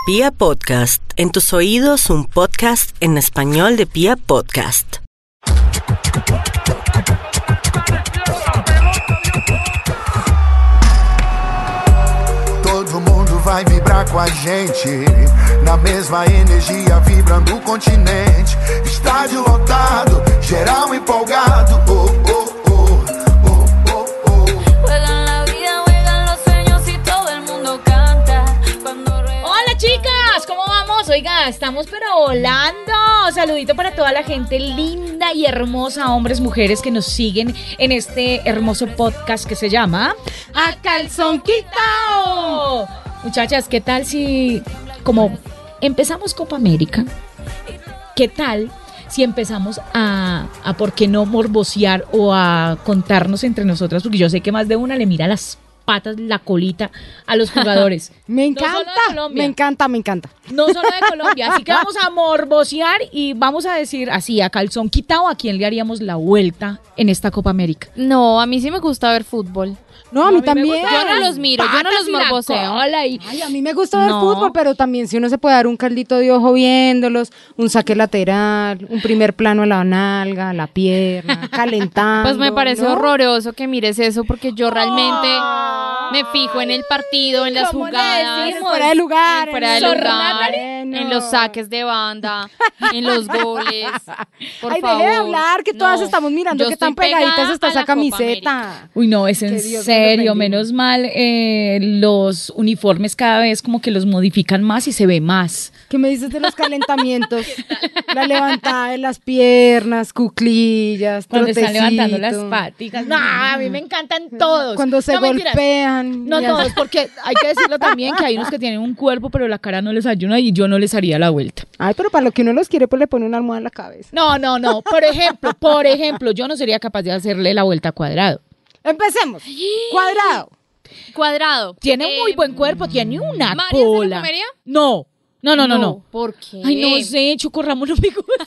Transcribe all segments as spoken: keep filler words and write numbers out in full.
Pia Podcast, en tus oídos un podcast en español de Pia Podcast. Todo mundo vai vibrar com a gente, na mesma energia vibrando o continente. Estádio lotado, geral empolgado, oh, oh, oh, oh, oh, oh. Juegan la vida, juegan los sueños y todo el mundo canta. Hola chicas, ¿cómo vamos? Oiga, estamos pero volando. Saludito para toda la gente linda y hermosa, hombres, mujeres que nos siguen en este hermoso podcast que se llama A Calzón Quitao. Muchachas, ¿qué tal si, como empezamos Copa América, qué tal si empezamos a, a por qué no morbosear o a contarnos entre nosotras? Porque yo sé que más de una le mira las patas, la colita a los jugadores. Me No solo de encanta, Colombia. me encanta, me encanta. No solo de Colombia, así que vamos a morbosear y vamos a decir así, a calzón quitado, ¿a quién le haríamos la vuelta en esta Copa América? No, a mí sí me gusta ver fútbol. No, a mí también. Yo no los miro, yo no los Patas y la morboseo. cola y- Ay, a mí me gusta ver No. fútbol, pero también si uno se puede dar un caldito de ojo viéndolos, un saque lateral, un primer plano a la nalga, la pierna, calentando. Pues me parece ¿no? horroroso que mires eso porque yo realmente me fijo en el partido, en las ¿Cómo le jugadas, decimos? Fuera de lugar. en fuera de en el- lugar, Bueno. en los saques de banda, en los goles. Por Ay, favor. deje de hablar, que todas No, estamos mirando yo que tan estoy pegaditas pegada está a la esa Copa camiseta. Uy, no, es en Que Dios me los serio, bendiga. menos mal, eh, los uniformes cada vez como que los modifican más y se ve más. ¿Qué me dices de los calentamientos? La levantada de las piernas, cuclillas, Cuando están trotecito. levantando las paticas. No, a mí me encantan todos. Cuando se No, mentiras. golpean. No y todos, así. porque hay que decirlo también que hay unos que tienen un cuerpo, pero la cara no les ayuda y yo no les haría la vuelta. Ay, pero para lo que uno los quiere, pues le pone una almohada en la cabeza. No, no, no. Por ejemplo, por ejemplo, yo no sería capaz de hacerle la vuelta a Cuadrado. Empecemos. Cuadrado. Cuadrado. Tiene un Eh, muy buen cuerpo, tiene una ¿María se lo cola. comería? No, no, no, no, no. ¿Por qué? Ay, no sé, Choco Ramos no me gusta.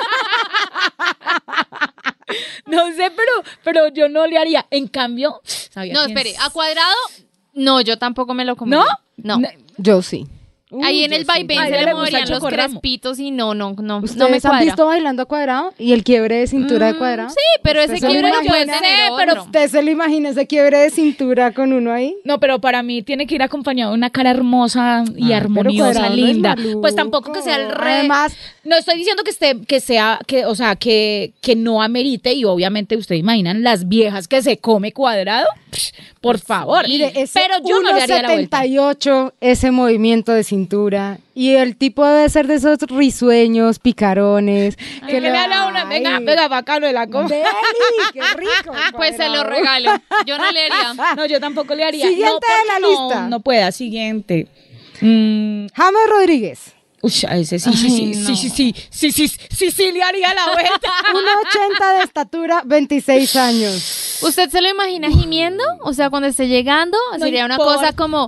No sé, pero, pero yo no le haría. En cambio, ¿sabía No, quién espere, es? a Cuadrado, no, yo tampoco me lo comería. ¿No? No. Yo sí. Ahí Uy, en yo el sí. vaivén A se ella le le gusta moverían el los chocorramo. crespitos y no, no, no, ¿Ustedes no me han cuadra. visto bailando a Cuadrado? ¿Y el quiebre de cintura de Mm, Cuadrado? Sí, pero ese Usted se quiebre lo lo puede imagina, tener pero otro. ¿usted se lo imagina ese quiebre de cintura con uno ahí? No, pero para mí tiene que ir acompañado de una cara hermosa y Ay, armoniosa, pero Cuadrado no es linda. maluco. Pues tampoco que sea el rey. Además- no estoy diciendo que esté, que sea, que, o sea, que, que no amerite, y obviamente ustedes imaginan las viejas que se come Cuadrado. Psh, por favor. Mire, ese pero yo no le haría la vuelta. uno setenta y ocho, ese movimiento de cintura, y el tipo debe ser de esos risueños, picarones. Que le habla a una, venga, venga, bacano de la cosa. Deli, qué rico. Pues se lo Cuadrado. regalo. Yo no le haría. No, yo tampoco le haría. Siguiente No, de la porque no, lista. No pueda, siguiente. Mm, James Rodríguez, uy, a ese sí, sí, sí, Ay, sí, no. sí, sí, sí, sí, sí, sí, le haría la vuelta. uno ochenta de estatura, veintiséis años. ¿Usted se lo imagina gimiendo? O sea, cuando esté llegando, No sería una importa. cosa como,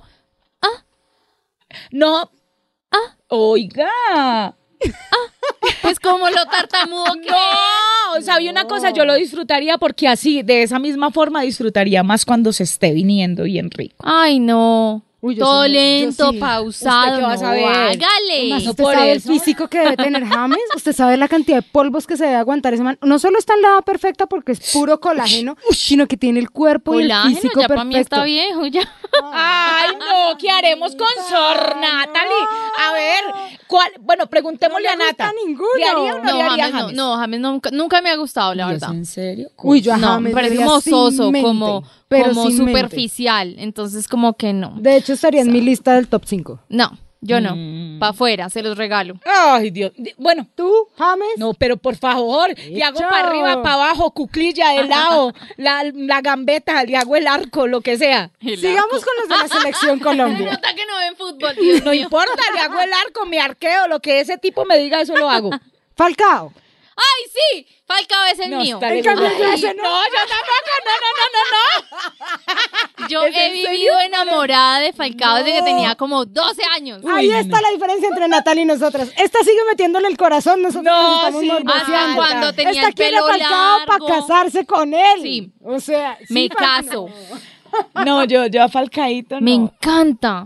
No. Ah. Oiga. pues como lo tartamudo que No, o sea, había una cosa, yo lo disfrutaría porque así, de esa misma forma, disfrutaría más cuando se esté viniendo bien rico. Ay, no. Uy, yo Todo sí me- yo lento, sí. pausado. ¿Usted qué va a no, saber? hágale. Más, no ¿usted por sabe eso. el físico que debe tener James? ¿Usted sabe la cantidad de polvos que se debe aguantar ese man? No solo está en la edad perfecta porque es puro colágeno, sino que tiene el cuerpo y el Colágeno, físico ya perfecto. para mí está viejo, ya. Ay, no, ¿qué haremos con Sor Natalie? A ver, ¿cuál? Bueno, preguntémosle No a le gusta Nata. ninguno. ¿Le haría o no, No, le haría James, no, James? no, James nunca, nunca me ha gustado, la ¿Y es verdad. en serio? Uy, yo a No, James me parece le haría como sin soso, mente, como, pero como sin mente. superficial. Entonces, como que no. De hecho, estaría en mi lista del top cinco. No, yo no. Mm. Pa' afuera, se los regalo. Ay, Dios. Bueno, ¿Tú, James? no, pero por favor, le hago Hecho. para arriba, para abajo, cuclilla de lado, la, la gambeta, le hago el arco, lo que sea. Sigamos con los de la selección Se Colombia. nota que no ven fútbol, Dios No mío. importa, le hago el arco, me arqueo, lo que ese tipo me diga, eso lo hago. Falcao. ¡Ay, sí! Falcao es el No, mío. está En cambio, yo Ay, ese no. no, yo tampoco, no, no, no, no, no. Yo ¿Es he en vivido serio? enamorada de Falcao desde que No. tenía como doce años. Ahí está la diferencia entre Natalia y nosotras. Esta sigue metiéndole el corazón, nosotros No, nos estamos sí, morboseando. hasta cuando tenía Esta el quiere pelo Falcao largo. para casarse con él. Sí. O sea, sí, Me para- caso. No, yo, yo a Falcaíto no. Me encanta.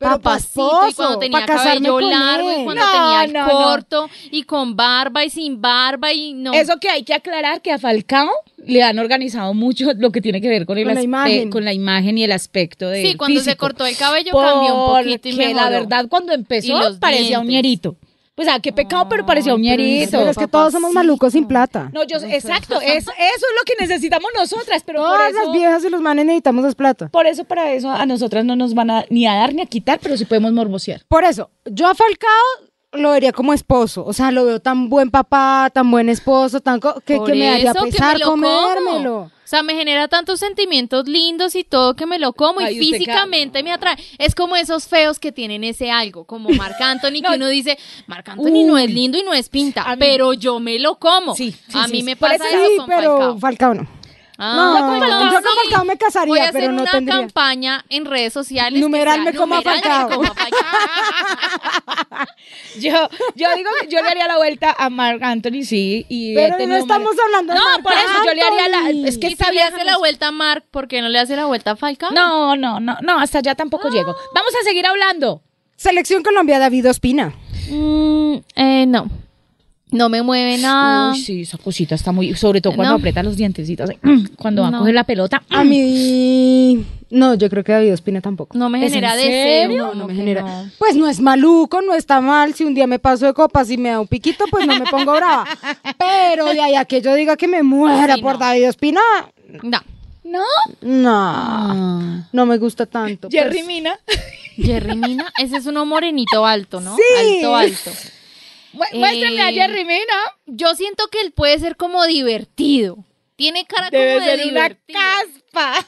Pero papacito, pa' y cuando esposo, tenía pa' casarme cabello con largo, él. y cuando No, tenía el no, no. corto, y con barba y sin barba, y no. Eso que hay que aclarar que a Falcao le han organizado mucho lo que tiene que ver con el Con la aspe- imagen. con la imagen y el aspecto de Sí, cuando se físico. cortó el cabello cambió un poquito y Porque mejoró. la verdad cuando Y empezó los parecía un dientes. ñerito. Pues ah, qué pecado, pero parecía un Ay, pero ñerito. Pero es que todos somos malucos sin plata. No, yo, exacto, es, eso es lo que necesitamos nosotras, pero por Todas eso, las viejas y los manes necesitamos es plata. por eso, para eso a nosotras no nos van a ni a dar ni a quitar, pero sí podemos morbosear. Por eso, yo a Falcao lo vería como esposo. O sea, lo veo tan buen papá, tan buen esposo, tan co- que, Por que me haría eso, que pesar me lo como. comérmelo. O sea, me genera tantos sentimientos lindos y todo que me lo como Ay, y usted físicamente me atrae. Es como esos feos que tienen ese algo, como Marc Anthony, No. que uno dice, Marc Anthony no es Uy. lindo y no es pinta, A mí- pero yo me lo como. Sí, sí, a sí, mí sí. me Por pasa eso eso Sí, con pero Falcao. Falcao no. Ah, No, con yo Falcao con sí. Falcao me casaría, Voy a hacer pero no una tendría. campaña en redes sociales. Numeral que sea me como a numeral me Falcao. como a Falcao. Yo, yo digo que yo le haría la vuelta a Marc Anthony, sí. Y he Pero no tenido estamos mar- hablando de No, Marc por eso yo le haría la. Anthony. Es que Y esta si le vieja hace la nos- vuelta a Marc, ¿por qué no le hace la vuelta a Falcao? No, no, no, no, hasta allá tampoco llego. Vamos a seguir hablando. Selección Colombia, David Ospina. Mm, eh, no. No me mueve nada. Uy, sí, esa cosita está muy. Sobre todo cuando No. aprieta los dientecitos. así, Cuando va a No. coger la pelota. A mí... No, yo creo que David Ospina tampoco. No me ¿Es genera en deseo. serio? No, no como me que genera. no. Pues no es maluco, no está mal. Si un día me paso de copas y me da un piquito, pues no me pongo brava. Pero de ahí a que yo diga que me muera Sí, por no. David Ospina, No. ¿No? no, no me gusta tanto. Jerry pues. Mina. Jerry Mina, ese es uno morenito alto, ¿no? Sí. Alto, alto. Mu- Eh, Muéstrenme a Jerry Mina. Yo siento que él puede ser como divertido. Tiene cara Debe como de ser una divertido. caspa.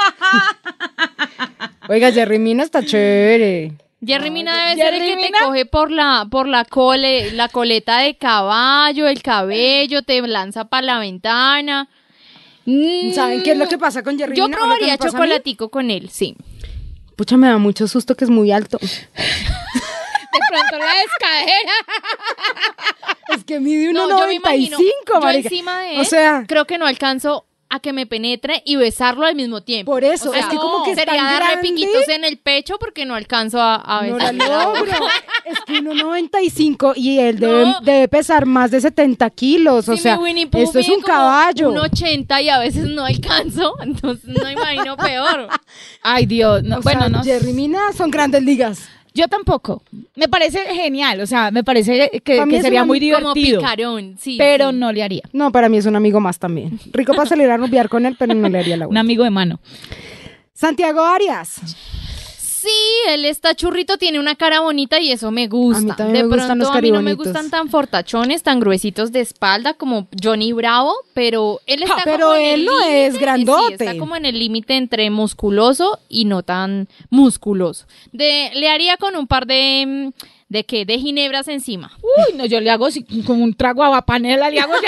Oiga, Jerry Mina está chévere. Jerry Mina debe ser el Jerry que Mina. te coge por la por la cole, la coleta de caballo, el cabello, te lanza para la ventana. Mm, ¿Saben qué es lo que pasa con Jerry Yo Mina? ¿O lo que probaría me pasa a mí? chocolatico con él, sí. Pucha, me da mucho susto que es muy alto. De pronto la escadera. Es que mide No, uno yo me noventa y imagino, cinco, yo marica. encima de él, O sea, creo que no alcanzo a que me penetre y besarlo al mismo tiempo. por eso, O sea, es que como que es sería tan darle grande, piquitos en el pecho porque no alcanzo a, a no la besarlo. logro. Es que uno noventa y cinco y él debe, No. debe pesar más de setenta kilos. O Sí, sea, mi Winnie Pooh esto es mide un como caballo. un ochenta y a veces no alcanzo, entonces no imagino peor. Ay, Dios. No, O bueno, sea, no. Jerry Mina son grandes ligas. Yo tampoco. Me parece genial. O sea, me parece que, Pa' mí que es sería una- muy Como divertido. picarón, sí. Pero sí. no le haría. No, para mí es un amigo más también. Rico para salir a rumbear con él, pero no le haría la Un vuelta. amigo de mano. Santiago Arias. Sí, él está churrito, tiene una cara bonita y eso me gusta. A mí también de me gustan pronto los a mí no me caribonitos. gustan tan fortachones, tan gruesitos de espalda como Johnny Bravo, pero él está Pero como en él el no límite, es grandote. Sí, está como en el límite entre musculoso y no tan musculoso. De, le haría con un par de mm, de qué, de ginebras encima. Uy, no, yo le hago si- con un trago a panela, le hago ya.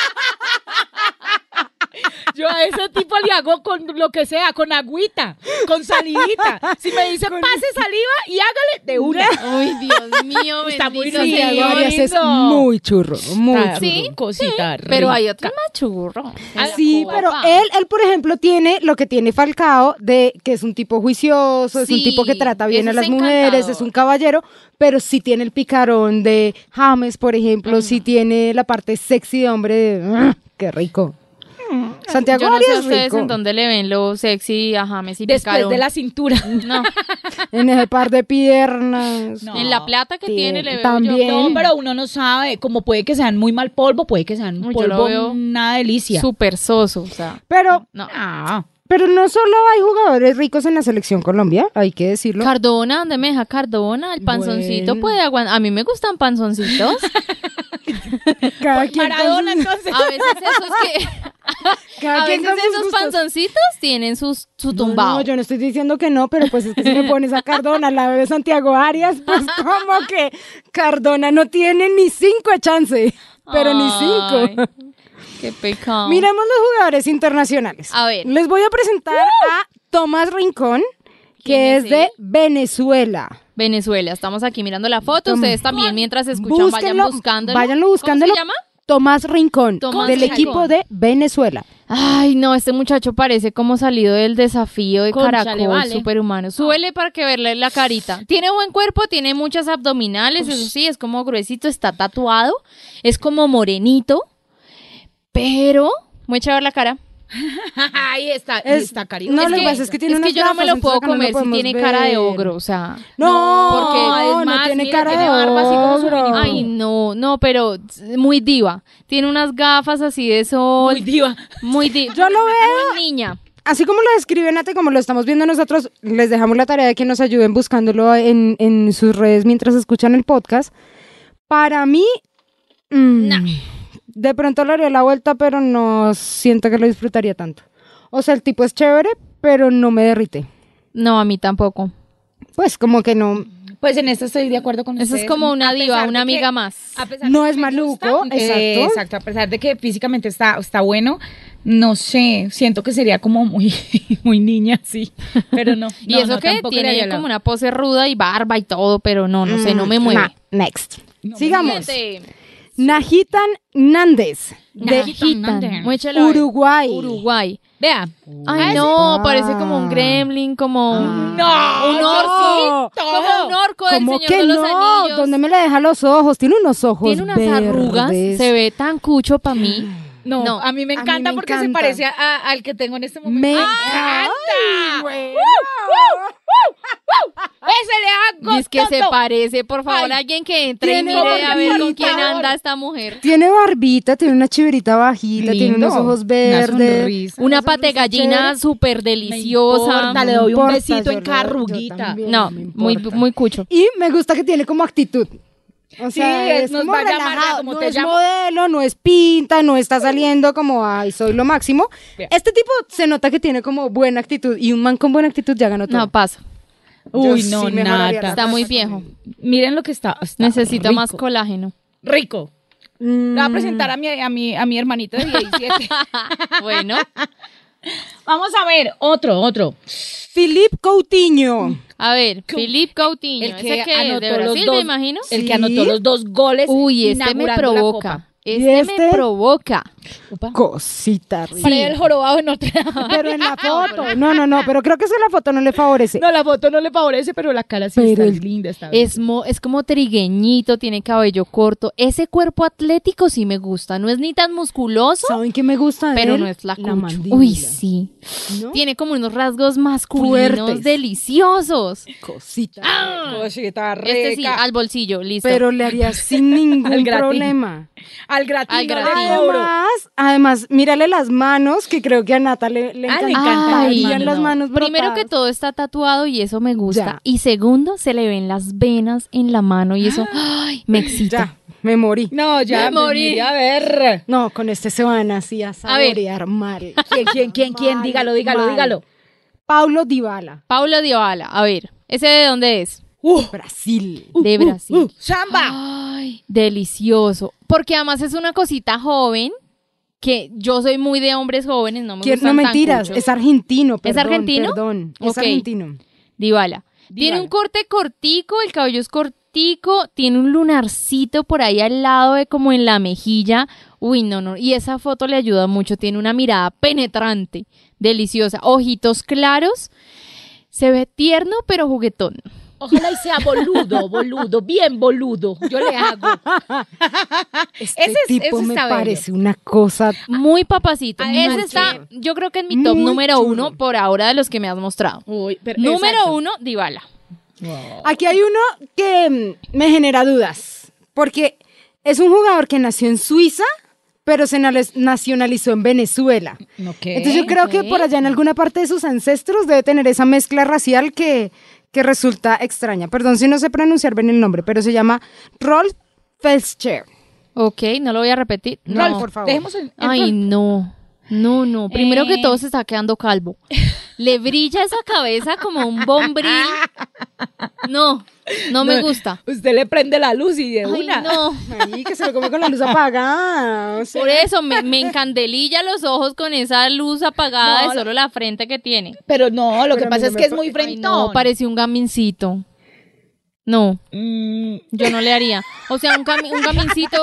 Yo a ese tipo le hago con lo que sea, con agüita, con salivita. Si me dice pase saliva y hágale de una. Uy, Dios mío, Está muy bendito rico. Santiago Señor. Arias es lindo. muy churro, muy Está churro. Sí, cosita Pero rica. hay otro más churro. Ah, Sí, Copa. pero él, él, por ejemplo, tiene lo que tiene Falcao, de que es un tipo juicioso, es un Sí, tipo que trata bien ese a las es mujeres, encantador. es un caballero, pero sí tiene el picarón de James, por ejemplo, sí tiene la parte sexy de hombre de "Ah, qué rico". Santiago Yo no sé Arias a ustedes rico. en dónde le ven lo sexy a James y Después picarón. de la cintura. No, En ese par de piernas. No. en la plata que tiene le veo también. yo. No, pero uno no sabe, como puede que sean muy mal polvo, puede que sean Uy, yo lo polvo veo una delicia. Súper soso, o sea, Pero, no. Ah, pero no solo hay jugadores ricos en la selección Colombia, hay que decirlo. Cardona, ¿dónde me deja Cardona? El panzoncito Bueno. puede aguantar. A mí me gustan panzoncitos. Cada quien con Maradona, sus- entonces. A veces esos que... cada A quien veces con sus esos gustos. panzoncitos tienen sus, su No, tumbao. No, yo no estoy diciendo que no, pero pues es que si me pones a Cardona, la bebé Santiago Arias, pues como que Cardona no tiene ni cinco de chance, pero ni cinco. Ay, qué pecado. Miremos los jugadores internacionales. A ver. Les voy a presentar a Tomás Rincón, que ¿Quién es es de él? Venezuela. Venezuela, estamos aquí mirando la foto. Tom- Ustedes también mientras escuchan vayan Búsquenlo, buscándolo. váyanlo buscándolo. ¿Cómo se llama? Tomás Rincón, Tomás del Rincón. equipo de Venezuela. Ay, no, este muchacho parece como salido del desafío de Cónchale, Caracol vale. Superhumano. Súbele para que verle la carita. Tiene buen cuerpo, tiene muchas abdominales, eso sí, es como gruesito, está tatuado, es como morenito, pero muy echado ver la cara. Ahí está, Es- está cariño. no, es lo que que, pasa es que tiene es que unas yo no me gafas, lo puedo entonces acá no lo comer si podemos tiene cara de ver. ogro, o sea. No, porque no, no además, tiene mire, cara tiene de barba así como su ogro. mini- Ay, no, no, pero muy diva. Tiene unas gafas así de sol. Muy diva. Muy diva. Yo lo veo. Muy niña. Así como lo describe Nata, como lo estamos viendo nosotros, les dejamos la tarea de que nos ayuden buscándolo en, en sus redes mientras escuchan el podcast. Para mí, mm, de pronto le haría la vuelta, pero no siento que lo disfrutaría tanto. O sea, el tipo es chévere, pero no me derrite. No, a mí tampoco. Pues como que no, Pues en esto estoy de acuerdo con Eso ustedes. es como una A diva, pesar una de que- amiga más. a pesar No de es que me maluco, gusta, exacto. eh, exacto, a pesar de que físicamente está, está bueno, no sé, siento que sería como muy, muy niña, sí, pero no. Y no, eso no, que tampoco le haría tiene la- como una pose ruda y barba y todo, pero no, no sé, no me Mm, mueve. nah, next. Sigamos. Siguiente. Najitan Nández, de Najitan. Nández. Muéchalo a ver. Uruguay. Uruguay. Vea. Ay, no, parece como un gremlin, como un, No, un orco. Como un orco del ¿Cómo Señor que de los no? Anillos. ¿Dónde me le deja los ojos? Tiene unos ojos Tiene unas verdes. arrugas, se ve tan cucho para mí. No, No, a mí me a mí encanta me porque se encanta. parece a- al que tengo en este momento. Me ¡Ah! encanta. Ay, ¡Ese le hago Dice que se todo! parece, por favor, Ay, alguien que entre y tiene mire a ver con barbita. quién anda esta mujer. Tiene barbita, tiene una chiverita bajita, tiene Lindo. unos ojos Una verdes. sonrisa. Una sonrisa pate gallina chévere. súper Me deliciosa. importa, le No doy un importa, besito yo en lo- cada yo arruguita. también. No, me muy, importa. muy cucho. Y me gusta que tiene como actitud. O Sí, sea, es- es nos como va a llamar, relajado, como no te es llamo. modelo, no es pinta, no está saliendo como, ay, soy lo máximo. Vea. Este tipo se nota que tiene como buena actitud y un man con buena actitud ya ganó todo. No, pasa. Uy, Yo no, sí mejoraría nada. la Está muy raza viejo. con él. Miren lo que está. está Necesita rico. más colágeno. Rico. Mm, Le voy a presentar a mi, a mi, a mi hermanito de diecisiete. Bueno, Vamos a ver, otro, otro. Philippe Coutinho. a ver, Philippe Coutinho. El que ese que es anotó de los Brasil, dos- me imagino. El Sí. que anotó los dos goles. Uy, este me inaugurando la provoca. Copa. Este, este? me provoca. Upa. Cosita rica. Parece el jorobado de Notre Dame. Pero en la foto. No, no, no, pero creo que es que la foto no le favorece. No, la foto no le favorece, pero la cara sí Pero está el- linda. Está Es, mo- es como trigueñito, tiene cabello corto. Ese cuerpo atlético sí me gusta. No es ni tan musculoso, ¿Saben qué me gusta de pero él? no es la La mandíbula. Uy, sí. ¿No? Tiene como unos rasgos masculinos Fuertes. deliciosos. Cosita. Cosita rica. Este sí, al bolsillo, listo. Pero le haría sin ningún Al gratín. problema. Al gratín. Al no le gratín. cobro. Además, además, mírale las manos, que creo que a Nata le, le Ah, le encantarían encantan las las manos Primero que brotadas. todo está tatuado y eso me gusta. Ya. Y segundo, se le ven las venas en la mano y eso ay, me excita. Ya, me morí. No, ya Me me morí. morí. A ver. No, con este se van así a ver. saborear mal. ¿Quién, quién, quién, quién? Mal, Dígalo, dígalo, mal. dígalo. Paulo Dybala, Paulo Dybala, a ver, ¿ese de dónde es? Brasil. De Brasil. Uh, ¡Samba! Ay, delicioso. Porque además es una cosita joven, que yo soy muy de hombres jóvenes, no me ¿Quién- gustan no tan mentiras, cuchos. es argentino, ¿Es perdón, argentino? Perdón, es Ok. argentino. Dybala. Tiene un corte cortico, el cabello es cortico, tiene un lunarcito por ahí al lado de como en la mejilla. Uy, no, no. Y esa foto le ayuda mucho. Tiene una mirada penetrante, deliciosa. Ojitos claros. Se ve tierno, pero juguetón. Ojalá y sea boludo, boludo, bien boludo. Yo le hago. Este Ese es- tipo ese me está bello. parece una cosa. Muy papacito. Ay, Ese muy está, chulo. yo creo que en mi top Muy número chulo. uno por ahora de los que me has mostrado. Uy, pero- Número exacto. uno, Dybala. Aquí hay uno que mm, me genera dudas, porque es un jugador que nació en Suiza, pero se nales- nacionalizó en Venezuela. Ok, Entonces yo creo que ok. por allá en alguna parte de sus ancestros debe tener esa mezcla racial que, que resulta extraña. Perdón si no sé pronunciar bien el nombre, pero se llama Rolf Felscher. Ok, no lo voy a repetir. No, No. por favor. Dejemos el, el Ay, rol. no. No, no. Primero que Eh. todo se está quedando calvo. Le brilla esa cabeza como un bombril. No, no me gusta. Usted le prende la luz y de Ay, una. no. Ahí que se lo come con la luz apagada. o sea. Por eso me, me encandelilla los ojos con esa luz apagada No, de solo la frente que tiene. Pero no, lo Pero que a mí pasa no es me que es pa- muy Ay, frentón. no, parece un gamincito. No, Mm, yo no le haría. O sea, un, cami un camincito.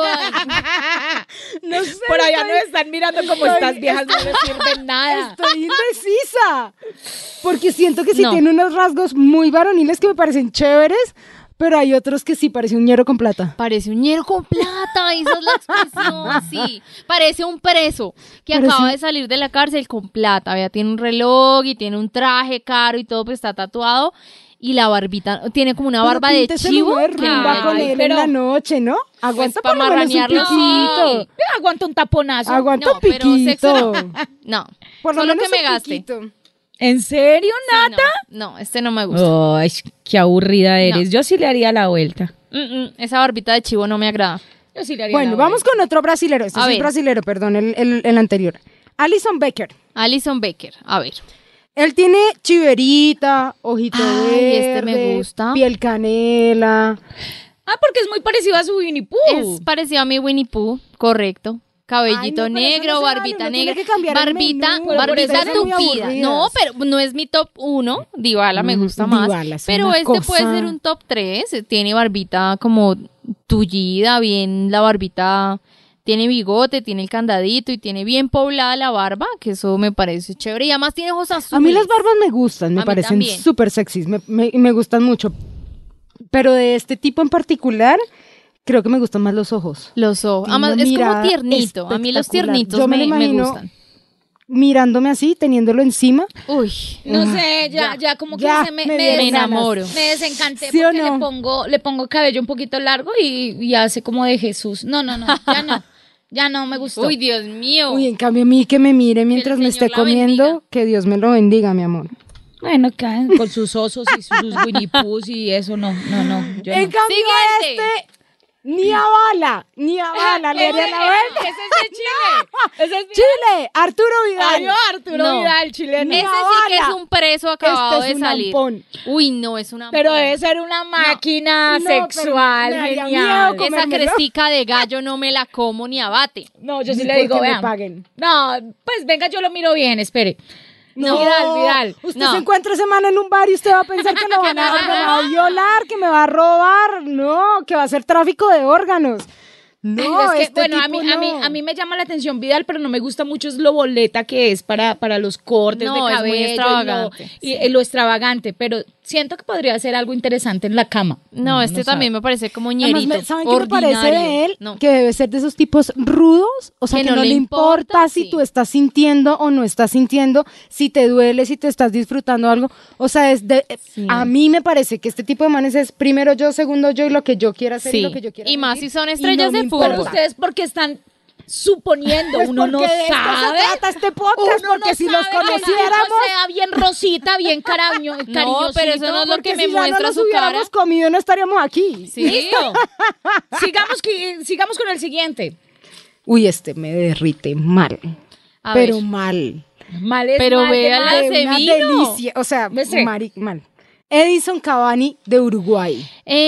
No sé. por allá estoy- nos están mirando como estoy- estas viejas, no les sirve nada. Estoy indecisa. Porque siento que sí No. tiene unos rasgos muy varoniles que me parecen chéveres, pero hay otros que sí parece un ñero con plata. Parece un ñero con plata, esa es la expresión, sí. Parece un preso que Parece- acaba de salir de la cárcel con plata. Vea, tiene un reloj y tiene un traje caro y todo, pues está tatuado. Y la barbita, tiene como una Pero barba de pínteselo chivo. uno de rumba que- con Ay, él pero- en la noche, ¿no? Aguanta pa' por lo menos un marranearlo, piquito. sí. Aguanta un taponazo. Aguanta No, un pero sexo piquito. No, Por lo solo menos que me un gaste. piquito. ¿En serio, Sí, Nata? no, no, este no me gusta. Ay, qué aburrida eres. No. Yo sí le haría la vuelta. Mm, mm, esa barbita de chivo no me agrada. Yo sí le haría Bueno, la vamos vuelta. con otro brasilero. Este A sí es ver. brasilero, perdón, el, el, el anterior. Alison Becker. Alison Becker, a ver. Él tiene chiverita, ojito Ay, verde, este me gusta. piel canela. Ah, porque es muy parecido a su Winnie Pooh. Es parecido a mi Winnie Pooh, correcto. Cabellito Ay, no, pero eso negro, no se vale, barbita uno tiene negra, que cambiar el barbita, menú, pero barbita ustedes son muy tupida. aburridas. No, pero no es mi top uno. Dybala me Mm, gusta más. Dybala es Pero una este puede cosa. ser un top tres. Tiene barbita como tullida, bien la barbita. Tiene bigote, tiene el candadito y tiene bien poblada la barba, que eso me parece chévere. Y además tiene ojos azules. A mí las barbas me gustan, me A mí parecen también. súper sexys, me, me, me gustan mucho. Pero de este tipo en particular, creo que me gustan más los ojos. Los ojos. Tiene Además, una es como mirada tiernito. A mí los espectacular. tiernitos Yo me me, lo me imagino gustan. Mirándome así, teniéndolo encima. Uy. No sé, ya, ya, ya como que ya, se me, me me, dieron Me ganas. enamoro. me desencanté ¿Sí o porque no? le pongo, le pongo cabello un poquito largo y, y hace como de Jesús. No, no, no, ya no. Ya no me gustó. Uy, Dios mío. Uy, en cambio a mí que me mire mientras me Señor esté la comiendo, bendiga. que Dios me lo bendiga, mi amor. Bueno, caen con sus osos y sus Winnie Poohs y eso no, no, no. Yo En no. cambio Siguiente. este, ni a bala, ni a bala, le haría la vuelta. Ese es de Chile. Ese es Chile, Arturo Vidal. Ay, no, Arturo No. Vidal, chileno. Ese Ni a sí que es bala. un preso acabado Este es de un salir. ampón. Uy, no, es una Pero debe ser una máquina No, pero sexual, me daría genial. miedo Esa comérmelo. crestica de gallo no me la como ni abate. No, yo sí Ni le digo, porque me vean. paguen. No, pues venga, yo lo miro bien, espere. No, Vidal, Vidal. Usted No. se encuentra semana en un bar y usted va a pensar que lo van a, que me va a violar, que me va a robar. No, que va a hacer tráfico de órganos. No, es que, este bueno, a tipo mí, a, mí, no. a mí me llama la atención Vidal, pero no me gusta mucho es lo boleta que es para, para los cortes No, de es muy cabello. y lo- extravagante, Y, y lo extravagante, pero siento que podría ser algo interesante en la cama. No, este sabe. también me parece como Además, ñerito. me- ¿saben qué me parece ordinario. de él? No. Que debe ser de esos tipos rudos, o sea, que, no, le importa, si sí. tú estás sintiendo o no estás sintiendo, si te duele, si te estás disfrutando algo. O sea, es de, Sí. a mí me parece que este tipo de manes es primero yo, segundo yo y lo que yo quiera hacer y Sí. lo que yo quiera Y más sentir, si son y estrellas no de me fútbol. Pero importa. ustedes porque están suponiendo, Pues uno no porque de esto sabe. se trata este podcast, Uno porque no si sabe los que el tipo conociéramos, sea bien rosita, bien caraño, cariñosito. pero eso no es lo porque que me si ya muestra no nos su hubiéramos cara. comido no estaríamos aquí. Sí. Listo. sigamos, que- sigamos con el siguiente. Uy, este me derrite mal, A pero ver. mal. Mal es Pero mal de véala, mal. De una vino. delicia, o sea, Muestre. mari- mal. Edison Cavani de Uruguay.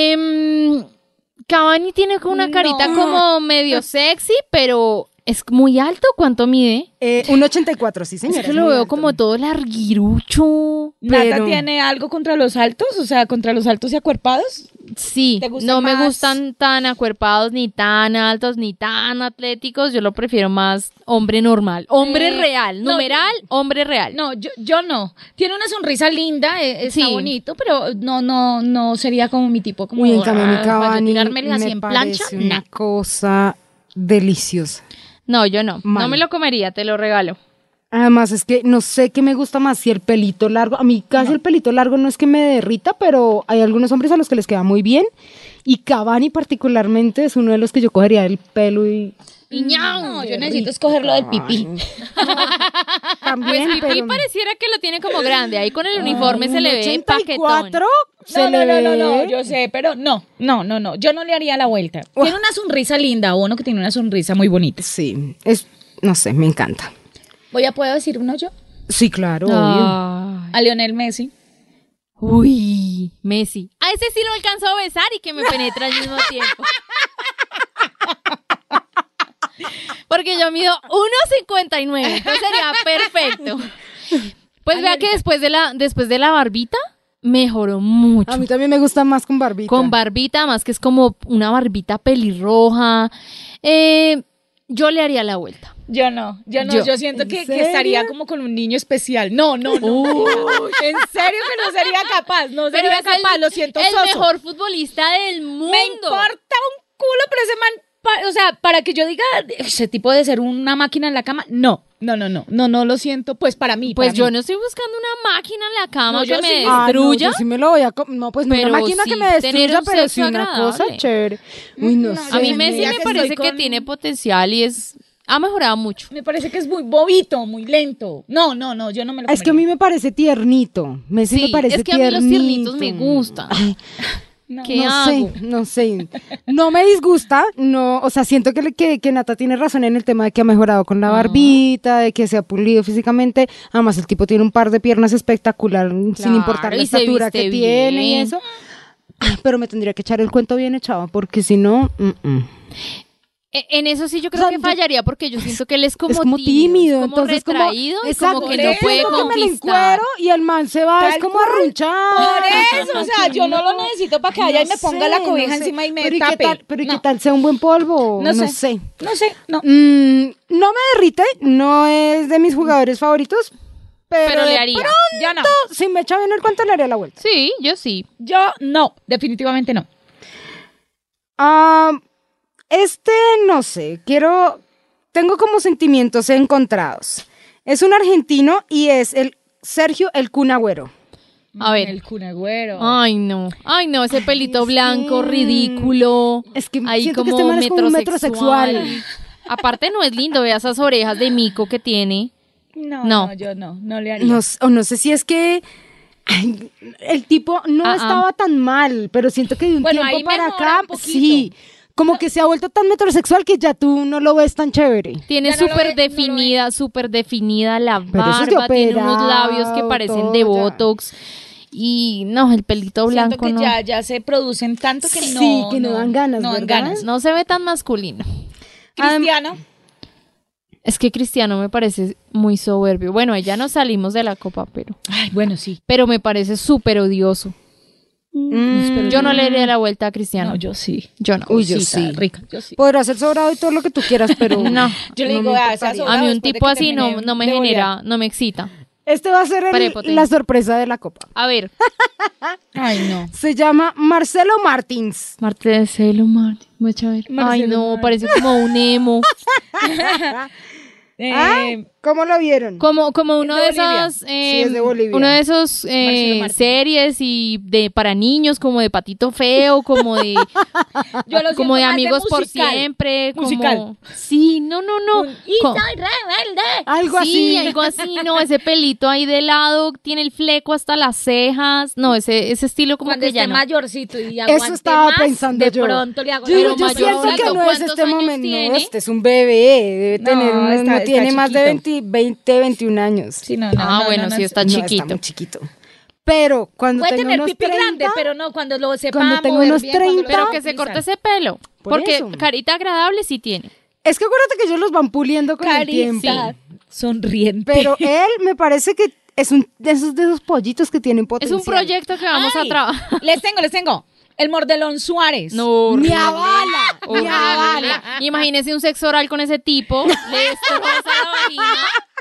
Em, Cavani tiene como una carita No. como medio sexy, pero es muy alto. ¿Cuánto mide? Eh, un ochenta y cuatro, sí, señora. es que lo muy veo alto. como todo larguirucho. ¿Nata pero- tiene algo contra los altos? O sea, contra los altos y acuerpados. Sí, ¿Te gustan no me más? gustan tan acuerpados, ni tan altos, ni tan atléticos. Yo lo prefiero más hombre normal. Hombre Eh, real. no, Numeral, hombre real. No, yo, yo no. Tiene una sonrisa linda, eh, está Sí. bonito, pero no, no, no sería como mi tipo. Como, Uy, en cambio, mi ah, para yo Cavani tirármele así me en plancha. parece una nah. cosa deliciosa. No, yo no. Mal. No me lo comería, te lo regalo. Además, es que no sé qué me gusta más, si el pelito largo. A mí casi el pelito largo no es que me derrita, pero hay algunos hombres a los que les queda muy bien. Y Cavani particularmente es uno de los que yo cogería el pelo y... Y ñau. No, yo necesito escogerlo del pipí. También, Pues pipí pero... pareciera que lo tiene como grande. Ahí con el uniforme se le ve ochenta y paquetón. cuatro se No, le no, no, no, ve. no, yo sé, pero no, no, no, no, yo no le haría la vuelta. Tiene una sonrisa linda, uno que tiene una sonrisa muy bonita. Sí, es... No sé, me encanta. Voy a ¿puedo decir uno yo? Sí, claro, obvio. Ay. A Lionel Messi. Uy, Messi. A ese sí lo alcanzó a besar y que me penetra al mismo tiempo. Porque yo mido uno cincuenta y nueve, entonces sería perfecto. Pues vea que después de la después de la barbita mejoró mucho. A mí también me gusta más con barbita. Con barbita, más que es como una barbita pelirroja. Eh, yo le haría la vuelta. Yo no, yo no, Yo. yo, siento ¿En que, que serio? estaría como con un niño especial. No, no, no. En serio que no sería capaz, no Pero sería es capaz, el, lo siento el soso. mejor futbolista del mundo. Me importa un culo, pero ese man, pa- o sea, para que yo diga, ese tipo de ser una máquina en la cama, no, no, no, no, no, no lo siento, pues para mí. Pues para yo mí. no estoy buscando una máquina en la cama No, que yo me sí. Ah, no, destruya. yo sí me lo voy a... co- No, pues no Pero una máquina sí, que me tener destruya, un pero sí sexo una agradable. cosa chévere. Uy, no, No, sé. A mí Dios Messi mío, me que parece estoy que con- tiene potencial y es ha mejorado mucho. Me parece que es muy bobito, muy lento. No, no, no, yo no me lo Es que a mí comería. me parece tiernito. Messi Sí, me parece es que a mí los tiernitos me gustan. No. ¿Qué no hago? sé, no sé. No me disgusta, no, o sea, siento que, le- que, que Nata tiene razón en el tema de que ha mejorado con la barbita, de que se ha pulido físicamente. Además, el tipo tiene un par de piernas espectacular, sin Claro, importar la y se estatura viste que tiene y bien. eso. Pero me tendría que echar el cuento bien echado, porque si no, mm, mm. E- En eso sí yo creo O sea, que yo- fallaría porque yo siento que él es como, es como tímido, tímido, es como entonces como, retraído y exacto, como que por no eso puede como que me lo conquistar. encuero y el man se va, Tal es como cual. arrunchar. Por eso, o sea, yo no lo necesito para que vaya y me ponga la cobija encima y me pero ¿y tape. qué tal, pero ¿y No. qué tal sea un buen polvo? No No, sé. sé. No sé, no. Mm, no me derrite, no es de mis jugadores favoritos, pero, Pero le de haría. Yo no. pronto, si me echa bien el cuento, le haría la vuelta. Sí, yo sí. Yo no, definitivamente no. Ah, este, no sé, quiero, tengo como sentimientos encontrados. Es un argentino y es el Sergio el Kun Agüero. A ver. El cunagüero. Ay, no. Ay, no, ese pelito es blanco, que- ridículo. Es que Ahí siento que como este man es como un metrosexual. metrosexual. Aparte no es lindo, vea esas orejas de mico que tiene. No, No. no, yo no, no le haría. No, s- o no sé si es que ay, el tipo no Ah, ah. estaba tan mal, pero siento que de un Bueno, ahí tiempo para mejora acá, un poquito. sí, como que se ha vuelto tan metrosexual que ya tú no lo ves tan chévere. Tiene Ya no lo súper ve- no lo definida, súper definida la Pero eso es de barba, tiene unos operado, labios que parecen de todo ya. botox. Y no, el pelito Siento blanco que no. ya, ya se producen tanto que no. Sí, que no dan ganas, No dan ¿verdad? ganas. No se ve tan masculino. Cristiano. Es que Cristiano me parece muy soberbio. Bueno, ya no salimos de la copa, pero, Ay, bueno, sí. pero me parece súper odioso. Mm, Yo no le daría la vuelta a Cristiano. No, yo sí. Yo no. Uy, yo Cosita sí. rica, yo sí. Podrás ser sobrado y todo lo que tú quieras, pero No. Yo le no digo, me ah, esa importaría. sobrado A mí un después de tipo que así no, termine no me de genera, bolear. no me excita. Este va a ser el- Prepotente. la sorpresa de la copa. A ver, Ay, no. Se llama Marcelo Martins. Marcelo Martín, voy a ver. Ay, Marcelo no, Martín. parece como un emo. Eh, Ah, ¿cómo lo vieron? Como, como uno de de, Bolivia. esas, Sí, eh, es de Bolivia. uno de esos eh, Marcelo Martín. series y de para niños, como de Patito Feo, como de, yo lo como de siento más amigos por musical. siempre, Musical. como, sí, no, no, no, Un- Y Co- soy rebelde. Algo sí, así. algo así, no, ese pelito ahí de lado, tiene el fleco hasta las cejas, no, ese, ese estilo como Cuando que ya esté no. mayorcito y aguante Eso estaba más, pensando de yo. pronto le hago Yo, la Pero yo broma. siento mayorcito, que no es ¿cuántos este años momento. No, tiene? este es un bebé. Debe No, tener, no, está- no está tiene más de chiquito. veinte, veinte, veintiún años. Sí, no, no, Ah, no, bueno, no, no, sí está No, chiquito. muy chiquito. Pero cuando Puede tenga tener unos pipi treinta, grande, pero no cuando lo sepa cuando tenga mover unos bien, cuando lo treinta, Pero sepa que se utilizar. corte ese pelo, Por porque eso. carita agradable sí tiene. es que acuérdate que ellos los van puliendo con el tiempo. Carita sonriente. Pero él me parece que es un de esos, de esos pollitos que tienen Es potencial. un proyecto que vamos a Ay, trabajar. Les tengo, les tengo. El Mordelón Suárez. No, ¡Mi horrible. avala! ¡Mi Horrible. avala! Imagínese un sexo oral con ese tipo, le destroza la vagina,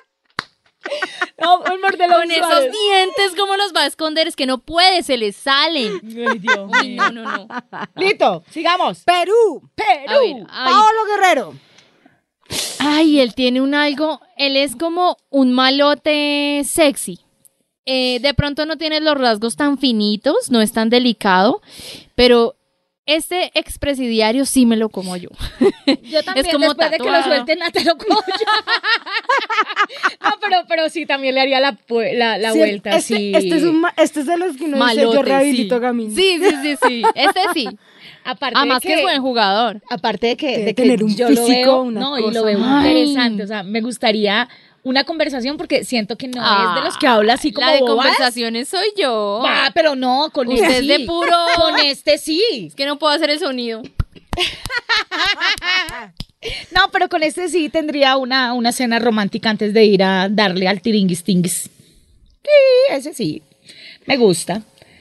No, el Mordelón con esos Suárez. dientes, ¿cómo los va a esconder? Es que no puede, se le salen. Ay, Dios Uy, mío. no, no, no. Listo, sigamos. Perú. Perú. A ver, ay, Paolo Guerrero. ay, él tiene un algo, él es como un malote sexy. Eh, de pronto no tiene los rasgos tan finitos, no es tan delicado, pero este expresidiario sí me lo como yo. Yo también, Es como después de que lo tatuado. suelten, a te lo cojo yo. No, pero, pero sí, también le haría la, pu- la, la Sí, vuelta, este, sí. este es un, ma- este es de los que uno dice, yo Malote, rehabilito sí. Gamín. Sí, sí, sí, sí. Este sí. Aparte Además de que es buen jugador. Aparte de que, Debe de que tener un yo lo físico, veo, una no, y cosa. lo veo Ay. interesante, o sea, me gustaría una conversación porque siento que no Ah, es de los que habla así como La de bobadas. conversaciones soy yo. Ah, pero no, con Usted este es de sí. puro- Con este sí. Es que no puedo hacer el sonido. No, pero con este sí tendría una, una cena romántica antes de ir a darle al tiringuis tinguis. Sí, ese sí. Me gusta.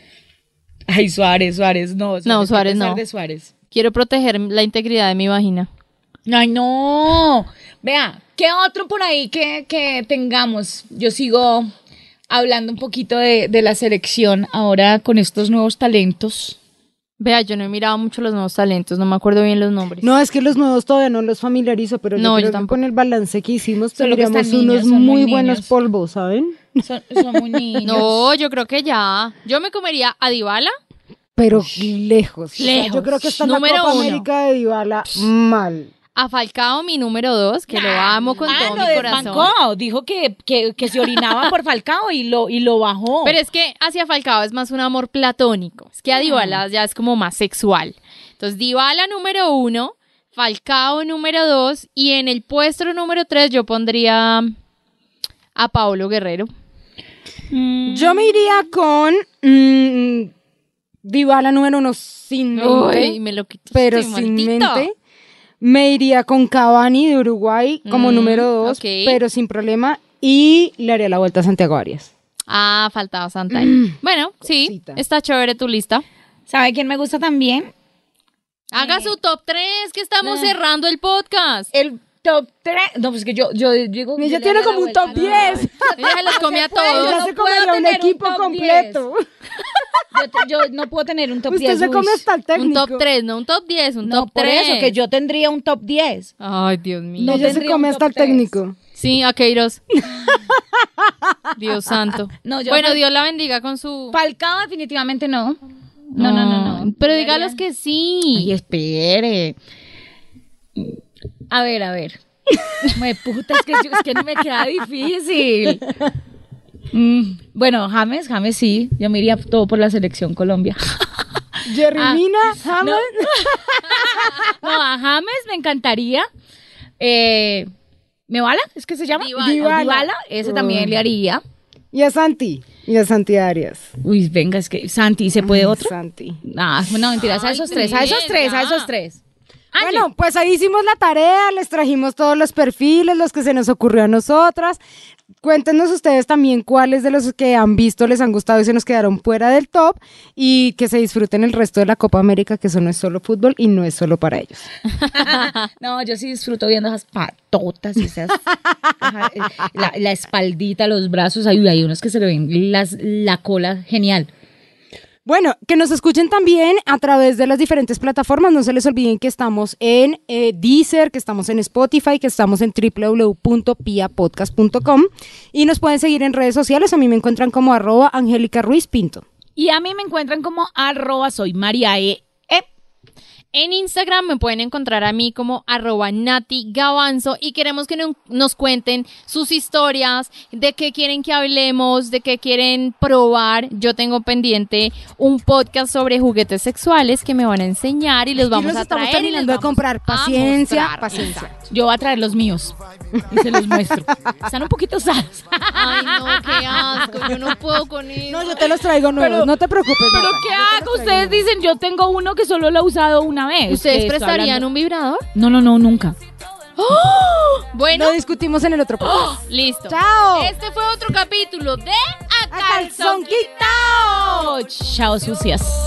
Ay, Suárez, Suárez, no. Suárez, No, Suárez ¿qué pensar no. de Suárez? Quiero proteger la integridad de mi vagina. Ay, no. Vea, ¿qué otro por ahí que, que tengamos? Yo sigo hablando un poquito de, de la selección ahora con estos nuevos talentos. Vea, yo no he mirado mucho los nuevos talentos, no me acuerdo bien los nombres. No, es que los nuevos todavía no los familiarizo, pero No, yo yo creo que tampoco. con el balance que hicimos Solo que tendríamos están niños, unos son muy muy buenos niños. polvos, ¿saben? Son, son muy niños. No, yo creo que ya. Yo me comería a Dybala. Pero lejos. O sea, Lejos. yo creo que está en Número la Copa uno. América de Dybala mal. A Falcao, mi número dos, que lo amo con Ah, todo lo mi corazón. desbancó. Dijo que, que, que se orinaba por Falcao y lo, y lo bajó. Pero es que hacia Falcao es más un amor platónico. Es que a Dybala ya es como más sexual. Entonces, Dybala número uno, Falcao número dos, y en el puesto número tres yo pondría a Paolo Guerrero. Yo me iría con mm, Dybala número uno sin mente, Uy, me lo quito. pero estoy sin maldito. mente. Me iría con Cavani de Uruguay como Mm, número dos, ok. pero sin problema. Y le haría la vuelta a Santiago Arias. Ah, faltaba Santana. Bueno, sí, Cosita. está chévere tu lista. ¿Sabe quién me gusta también? Haga su top tres, que estamos Eh. cerrando el podcast. El top tres. No, pues que yo, yo digo. Ella yo le tiene haría como la un top vuelta. diez. Ella se los come a puede, todos. Ella no se puedo comería un tener un equipo top completo. Yo, te- yo no puedo tener un top Usted diez. se come uy. hasta el Un técnico. top tres, no un top diez, un No, top por tres. eso, que yo tendría un top diez. Ay, Dios mío. No Ella se tendría come un hasta top el tres. técnico. Sí, a Queiroz. Dios santo. No, yo bueno, no- Dios la bendiga con su... Falcao definitivamente no. No, no, no, no. Pero Yo dígalos haría- que Ay, sí. espere. A ver, a ver. Me puta, es que, yo- es que no me queda difícil. Mm, bueno, James, James sí. Yo me iría todo por la selección Colombia. Jerry Ah, Mina, James. No, a James me encantaría. Eh, ¿Mebala? ¿Es que se llama? Dybala. Dybala. Dybala, ese también Oh. le haría. Y a Santi. Y a Santi Arias. Uy, venga, es que Santi, ¿se puede Ay, otro? Santi. Ah, no, mentiras, a Ay, esos tres, a esos tres, tres, a ya. esos tres. Angie. Bueno, pues ahí hicimos la tarea, les trajimos todos los perfiles, los que se nos ocurrió a nosotras. Cuéntenos ustedes también cuáles de los que han visto les han gustado y se nos quedaron fuera del top y que se disfruten el resto de la Copa América, que eso no es solo fútbol y no es solo para ellos. No, yo sí disfruto viendo esas patotas y esas. ajá, eh, la, la espaldita, los brazos. Hay, hay unos que se le ven las, la cola genial. Bueno, que nos escuchen también a través de las diferentes plataformas. No se les olviden que estamos en eh, Deezer, que estamos en Spotify, que estamos en w w w punto pia podcast punto com y nos pueden seguir en redes sociales. A mí me encuentran como arroba Angélica Ruiz Pinto. Y a mí me encuentran como arroba soy María E. E. En Instagram me pueden encontrar a mí como arroba Nati Gavanzo y queremos que no- nos cuenten sus historias, de qué quieren que hablemos, de qué quieren probar. Yo tengo pendiente un podcast sobre juguetes sexuales que me van a enseñar y los vamos y los a estamos traer y les terminando de vamos comprar. a Paciencia, mostrar. paciencia. Exacto. Yo voy a traer los míos y se los muestro. Están un poquito usados. Ay, no, qué asco, yo no puedo con eso. No, yo te los traigo nuevos, Pero- no te preocupes. Pero Nata, ¿qué yo te hago? los traigo Ustedes nuevos. dicen, yo tengo uno que solo lo he usado una vez. ¿Ustedes Que estoy prestarían hablando- un vibrador? No, no, no, nunca. Bueno, Lo discutimos en el otro podcast. listo. ¡Chao! Este fue otro capítulo de A A calzón Calzón Quitao. Oh, chao, sucias.